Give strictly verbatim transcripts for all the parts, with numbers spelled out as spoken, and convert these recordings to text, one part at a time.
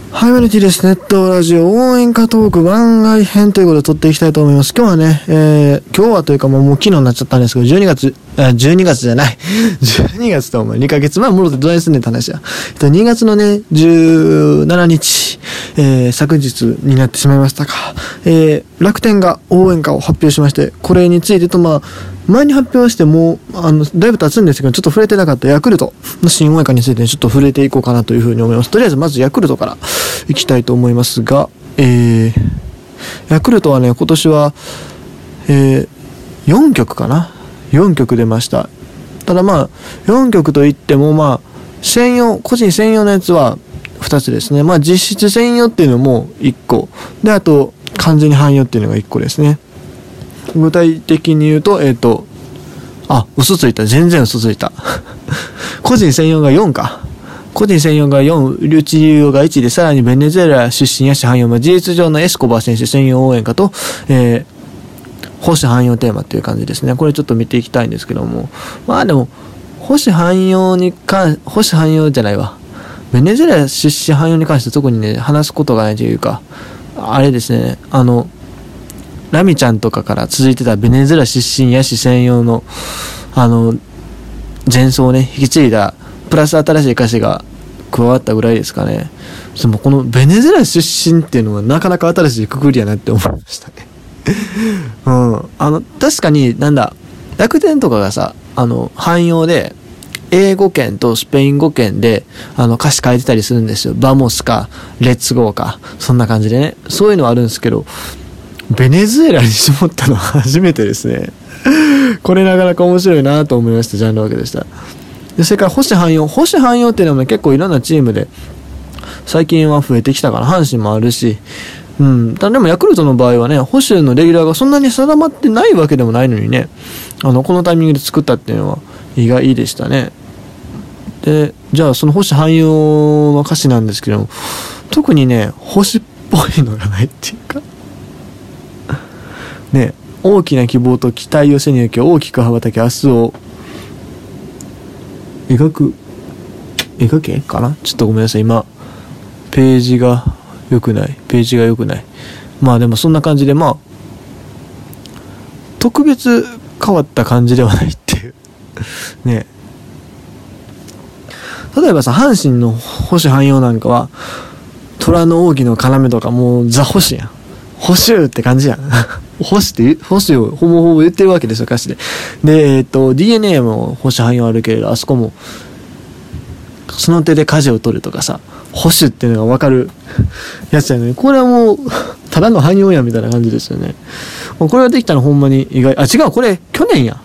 ハイマニティです。ネットラジオ応援歌トーク番外編ということで撮っていきたいと思います。今日はね、えー、今日はというかもうもう昨日になっちゃったんですけど、じゅうにがつ、あ、じゅうにがつじゃない。じゅうにがつとお前にかげつまえ、もろてどないすんねんって話や。えっと、にがつのね、じゅうしちにち、えー、昨日になってしまいましたか。えー、楽天が応援歌を発表しまして、これについてと、まあ、前に発表してもう、あの、だいぶ経つんですけど、ちょっと触れてなかったヤクルトの新応援歌についてちょっと触れていこうかなというふうに思います。とりあえずまずヤクルトからいきたいと思いますが、えー、ヤクルトはね、今年は、えー、よんきょくかな ?よん 曲出ました。ただまあ、よんきょくといってもまあ、専用、個人専用のやつはふたつですね。まあ実質専用っていうのもいっこ。で、あと、完全に汎用っていうのがいっこですね。具体的に言うと、えっと、あ、嘘ついた。全然嘘ついた。個人専用がよんか。個人専用がよん、うち用がいちで、さらにベネズエラ出身やし汎用は事実上のエスコバー選手専用応援歌と、えー、保守汎用テーマっていう感じですね。これちょっと見ていきたいんですけども。まあでも、保守汎用に関、保守汎用じゃないわ。ベネズエラ出身汎用に関して特にね、話すことがないというか、あれですね、あの、ラミちゃんとかから続いてたベネズエラ出身野手専用のあの前奏をね引き継いだプラス新しい歌詞が加わったぐらいですかね。でもこのベネズエラ出身っていうのはなかなか新しいくくりやなって思いましたね。うん、あの確かになんだ楽天とかがさあの汎用で英語圏とスペイン語圏であの歌詞変えてたりするんですよ。バモスかレッツゴーかそんな感じでね、そういうのはあるんですけど、ベネズエラに絞ったのは初めてですね。これなかなか面白いなと思いました。ジャンルわけでした。で、それから保守汎用。保守汎用っていうのも、ね、結構いろんなチームで最近は増えてきたから、阪神もあるし、うん。ただでもヤクルトの場合はね、保守のレギュラーがそんなに定まってないわけでもないのにね、あの、このタイミングで作ったっていうのは意外でしたね。で、じゃあその保守汎用の歌詞なんですけども、特にね、保守っぽいのがないっていうか、ね、大きな希望と期待を背に受け大きく羽ばたき明日を描く描けかな。ちょっとごめんなさい、今ページが良くないページが良くないまあでもそんな感じで、まあ特別変わった感じではないっていうね。例えばさ、阪神の保守汎用なんかは虎の奥義の要とかもうザ保守やん。保守って感じやん。保守って、保守をほぼほぼ言ってるわけですよ、歌詞で。で、えっと、ディーエヌエー も保守汎用あるけれど、あそこも、その手で舵を取るとかさ、保守っていうのが分かるやつやのに、これはもう、ただの汎用やみたいな感じですよね。もうこれができたのほんまに意外、あ、違う、これ、去年や。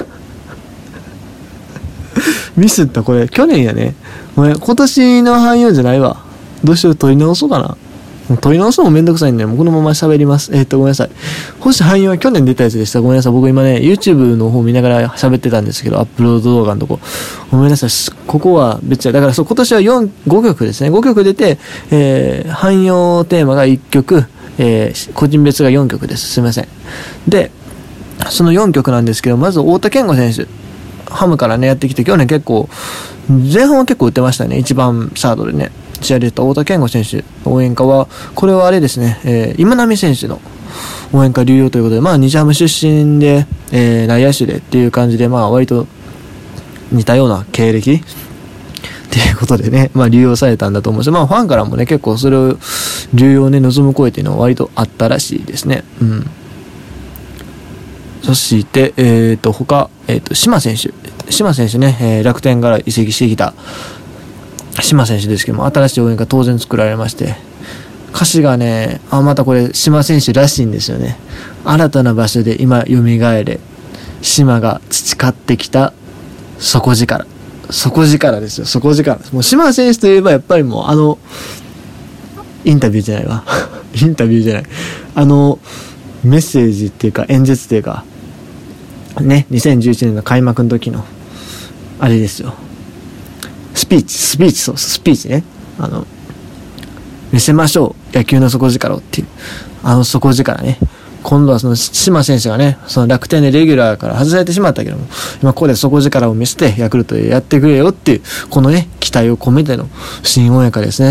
ミスった、これ、去年やね。もう今年の汎用じゃないわ。どうしよう、取り直そうかな。取り直すのもめんどくさいんで、もうこのまま喋ります。えー、っと、ごめんなさい。保守汎用は去年出たやつでした。ごめんなさい。僕今ね、YouTube の方見ながら喋ってたんですけど、アップロード動画のとこ。ごめんなさい。ここは別や。だからそう、今年はよん、ごきょくですね。ごきょく出て、えー、汎用テーマがいっきょく、えー、個人別がよんきょくです。すいません。で、そのよんきょくなんですけど、まず太田健吾選手。ハムからね、やってきて、去年結構、前半は結構打ってましたね。一番サードでね。試合で言った太田健吾選手応援歌は、これはあれですね、えー、今浪選手の応援歌流用ということで、まあ日ハム出身で、えー、内野手でっていう感じで、まあ割と似たような経歴っていうことでね、まあ流用されたんだと思うし、まあファンからもね、結構それを流用ね、望む声っていうのは割とあったらしいですね。うん。そして、えっと、他、えっと、島選手。島選手ね、えー、楽天から移籍してきた、島選手ですけども、新しい応援歌当然作られまして、歌詞がね、あ、またこれ島選手らしいんですよね。新たな場所で今蘇れ、島が培ってきた底力、底力ですよ。底力。もう島選手といえばやっぱりもうあのインタビューじゃないわインタビューじゃないあのメッセージっていうか演説っていうかね、にせんじゅういちねんの開幕の時のあれですよ。スピーチ、スピーチ、そう、スピーチね。あの、見せましょう。野球の底力をっていう。あの底力ね。今度はその島選手がね、その楽天でレギュラーから外されてしまったけども、今ここで底力を見せてヤクルトでやってくれよっていう、このね、期待を込めての新応援歌ですね。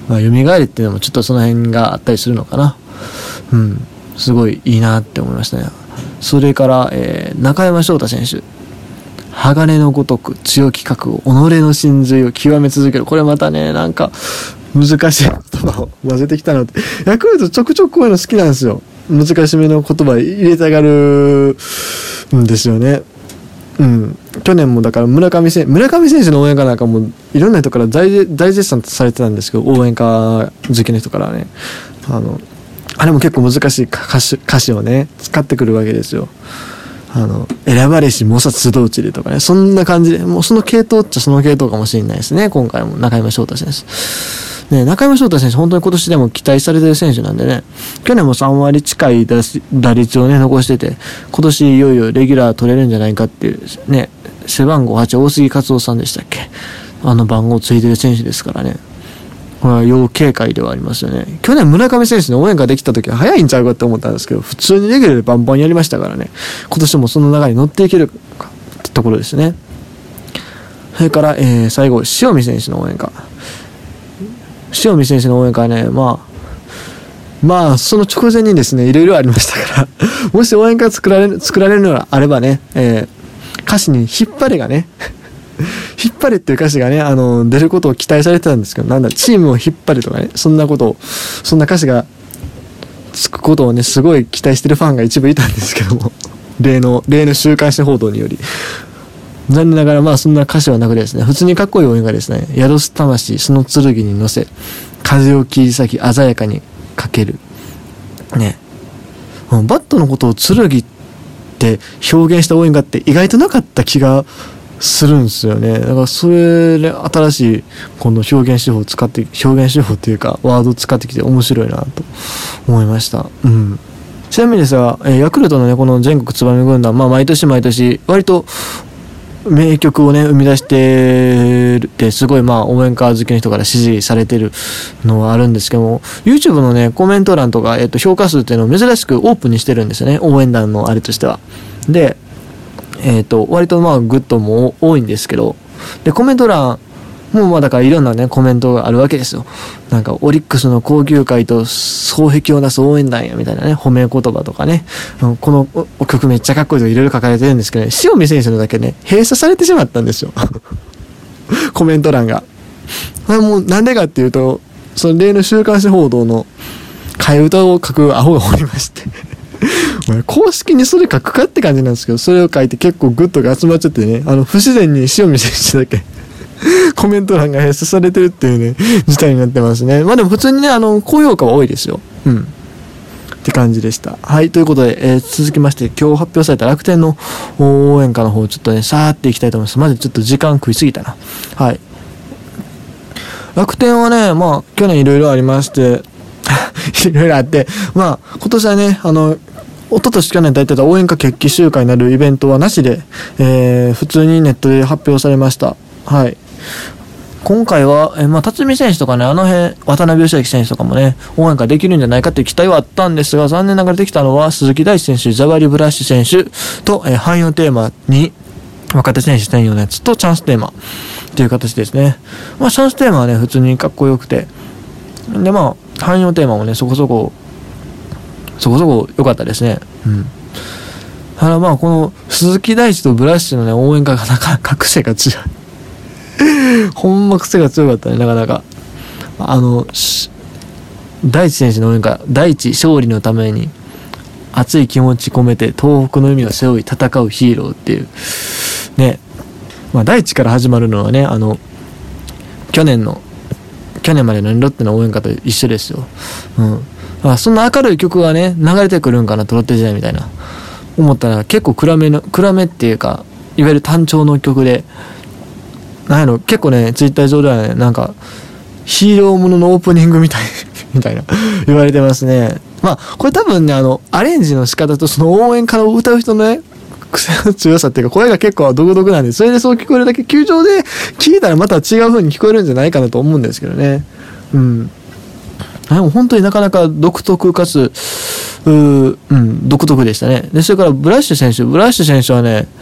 まあ、蘇りっていうのもちょっとその辺があったりするのかな。うん、すごいいいなって思いましたね。それから、えー、中山翔太選手、鋼のごとく強き覚悟、己の真髄を極め続ける。これまたね、なんか難しい言葉を混ぜてきたので、ヤクルトちょくちょくこういうの好きなんですよ。難しめの言葉入れたがるんですよね。うん、去年もだから村上選手村上選手の応援歌なんかもいろんな人から大大絶賛されてたんですけど、応援歌好きの人からね、あのあれも結構難しい歌詞、歌詞をね使ってくるわけですよ。あの選ばれし猛殺集うちでとかね、そんな感じで、もうその系統っちゃその系統かもしれないですね。今回も中山翔太選手ね、中山翔太選手本当に今年でも期待されてる選手なんでね、去年もさんわり近い打率をね残してて、今年いよいよレギュラー取れるんじゃないかっていうね、背番号はち大杉勝夫さんでしたっけ、あの番号をついてる選手ですからね、これは要警戒ではありますよね。去年村上選手の応援ができた時は早いんちゃうかって思ったんですけど、普通にレギュラーでバンバンやりましたからね、今年もその流れに乗っていけるかってところですね。それから、えー、最後塩見選手の応援歌、塩見選手の応援歌はね、まあまあその直前にですねいろいろありましたからもし応援歌作られる作られるのがあればね、えー、歌詞に引っ張れがね引っ張れっていう歌詞がね、あの出ることを期待されてたんですけど、なんだチームを引っ張れとかね、そんなことをそんな歌詞がつくことをねすごい期待してるファンが一部いたんですけども例の例の週刊誌報道により残念ながらまあそんな歌詞はなくてですね、普通にかっこいい応援がですね、宿す魂その剣に乗せ風を切り裂き鮮やかにかけるね、バットのことを剣って表現した応援がって意外となかった気がするんですよね。だからそれで新しいこの表現手法を使って表現手法っていうかワードを使ってきて面白いなと思いました。うん。ちなみにですが、えー、ヤクルトのねこの全国ツバメ軍団、まあ毎年毎年割と名曲をね生み出してて、すごいまあ応援歌好きの人から支持されてるのはあるんですけども、 YouTube のねコメント欄とか、えっと、評価数っていうのを珍しくオープンにしてるんですよね、応援団のあれとしては。でえっと割とまあグッドも多いんですけど、でコメント欄もうまあだからいろんなねコメントがあるわけですよ。なんかオリックスの高級会と双璧をなす応援団やみたいなね褒め言葉とかね、この曲めっちゃかっこいいとかいろいろ書かれてるんですけどね、塩見選手のだけね閉鎖されてしまったんですよコメント欄が。あれもうなんでかっていうと、その例の週刊誌報道の替え歌を書くアホがおりまして公式にそれ書くかって感じなんですけど、それを書いて結構グッドが集まっちゃってね、あの不自然に塩見選手だけコメント欄が閉鎖されてるっていうね事態になってますね。まあでも普通にねあの高評価は多いですよ。うんって感じでした。はい、ということで、えー、続きまして今日発表された楽天の応援歌の方ちょっとねさーっていきたいと思います。まずちょっと時間食いすぎたな。はい、楽天はねまあ去年いろいろありましていろいろあって、まあ今年はねあの一昨年去年とやってた応援歌決起集会なるイベントはなしで、えー、普通にネットで発表されました。はい。今回は、えー、まあ、辰巳選手とかね、あの辺、渡辺義明選手とかもね、応援歌できるんじゃないかという期待はあったんですが、残念ながらできたのは、鈴木大地選手、ジャバリブラッシュ選手と、えー、汎用テーマに、若手選手専用のやつと、チャンステーマという形ですね。まあ、チャンステーマはね、普通にかっこよくて、で、まあ、汎用テーマもね、そこそこ、そこそこ良かったですね。うん。ただまあ、この、鈴木大地とブラッシュのね、応援歌がなかなか癖が強い。ほんま癖が強かったね、なかなか。あの大地選手の応援歌、大地勝利のために熱い気持ち込めて東北の海を背負い戦うヒーローっていうね、まあ大地から始まるのはね、あの去年の去年までのロッテの応援歌と一緒ですよ。うん。あ、そんな明るい曲がね流れてくるんかなとロッテ時代みたいな思ったら、結構暗めの暗めっていうか、いわゆる単調の曲で。なんやろ、結構ねツイッター上ではねなんかヒーローもののオープニングみたいみたいな言われてますね。まあこれ多分ねあのアレンジの仕方とその応援歌を歌う人のね癖の強さっていうか声が結構独特なんで、それでそう聞こえるだけ球場で聞いたらまた違う風に聞こえるんじゃないかなと思うんですけどね。うん。でも本当になかなか独特かつうー、うん、独特でしたね。でそれからブラッシュ選手ブラッシュ選手はね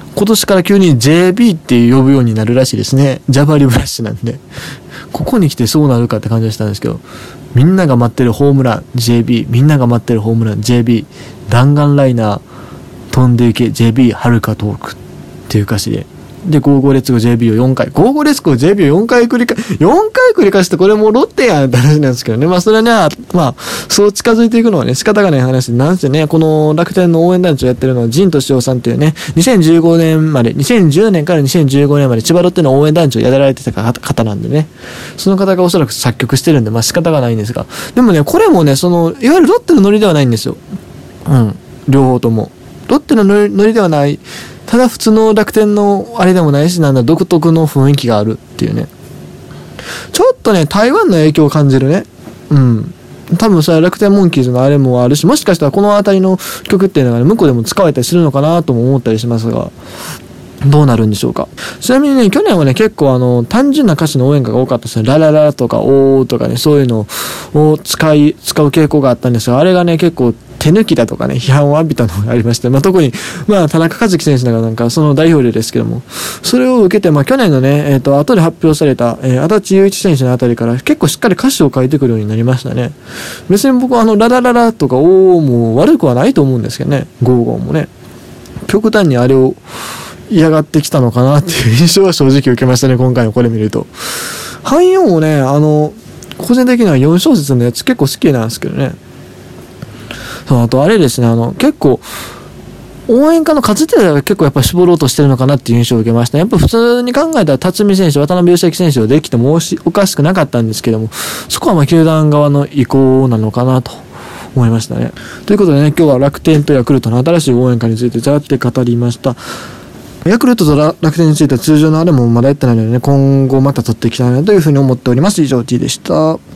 今年から急に ジェービー って呼ぶようになるらしいですね。ジャバリブラシなんで。ここに来てそうなるかって感じがしたんですけど、みんなが待ってるホームラン ジェービー、みんなが待ってるホームラン ジェービー、弾丸ライナー飛んでいけ ジェービー はるか遠くっていう歌詞で、で、ゴーゴーレッツゴー ジェービー をよんかい、ゴーゴーレッツゴー ジェービー をよんかい繰り返、よんかい繰り返してこれもうロッテやんって話なんですけどね。まあそれはね、まあ、そう近づいていくのはね、仕方がない話で、なんせね、この楽天の応援団長やってるのは、陣敏夫さんっていうね、にせんじゅうごねんまで、にせんじゅうねんからにせんじゅうごねんまで千葉ロッテの応援団長やられてた方なんでね、その方がおそらく作曲してるんで、まあ仕方がないんですが、でもね、これもね、その、いわゆるロッテのノリではないんですよ。うん。両方とも。ロッテのノリ、ノリではない。ただ普通の楽天のあれでもないし、なんだ独特の雰囲気があるっていうね。ちょっとね、台湾の影響を感じるね。うん。多分それは楽天モンキーズのあれもあるし、もしかしたらこの辺りの曲っていうのがね、向こうでも使われたりするのかなとも思ったりしますが、どうなるんでしょうか。ちなみにね、去年はね、結構あの、単純な歌詞の応援歌が多かったですね。ラララとかオーとかね、そういうのを使い、使う傾向があったんですが、あれがね、結構手抜きだとかね、批判を浴びたのがありまして、まあ特に、まあ田中和樹選手なんかなんかその代表例ですけども、それを受けて、まあ去年のね、えっと、後で発表された、えー、足立雄一選手のあたりから結構しっかり歌詞を書いてくるようになりましたね。別に僕はあの、ララララとかオーも悪くはないと思うんですけどね、ゴーゴーもね。極端にあれを、嫌がってきたのかなっていう印象は正直受けましたね、今回のこれ見ると。汎用もね、あの、個人的にはよん小節のやつ結構好きなんですけどね。そう、あとあれですね、あの、結構、応援歌の数自体が結構やっぱ絞ろうとしてるのかなっていう印象を受けました。やっぱ普通に考えたら辰巳選手、渡辺義明選手をできてもおかしくなかったんですけども、そこはまあ球団側の意向なのかなと思いましたね。ということでね、今日は楽天とヤクルトの新しい応援歌についてざーって語りました。ヤクルトと楽天については通常のあれもまだやってないのでね、今後また取っていきたいなというふうに思っております。以上 T でした。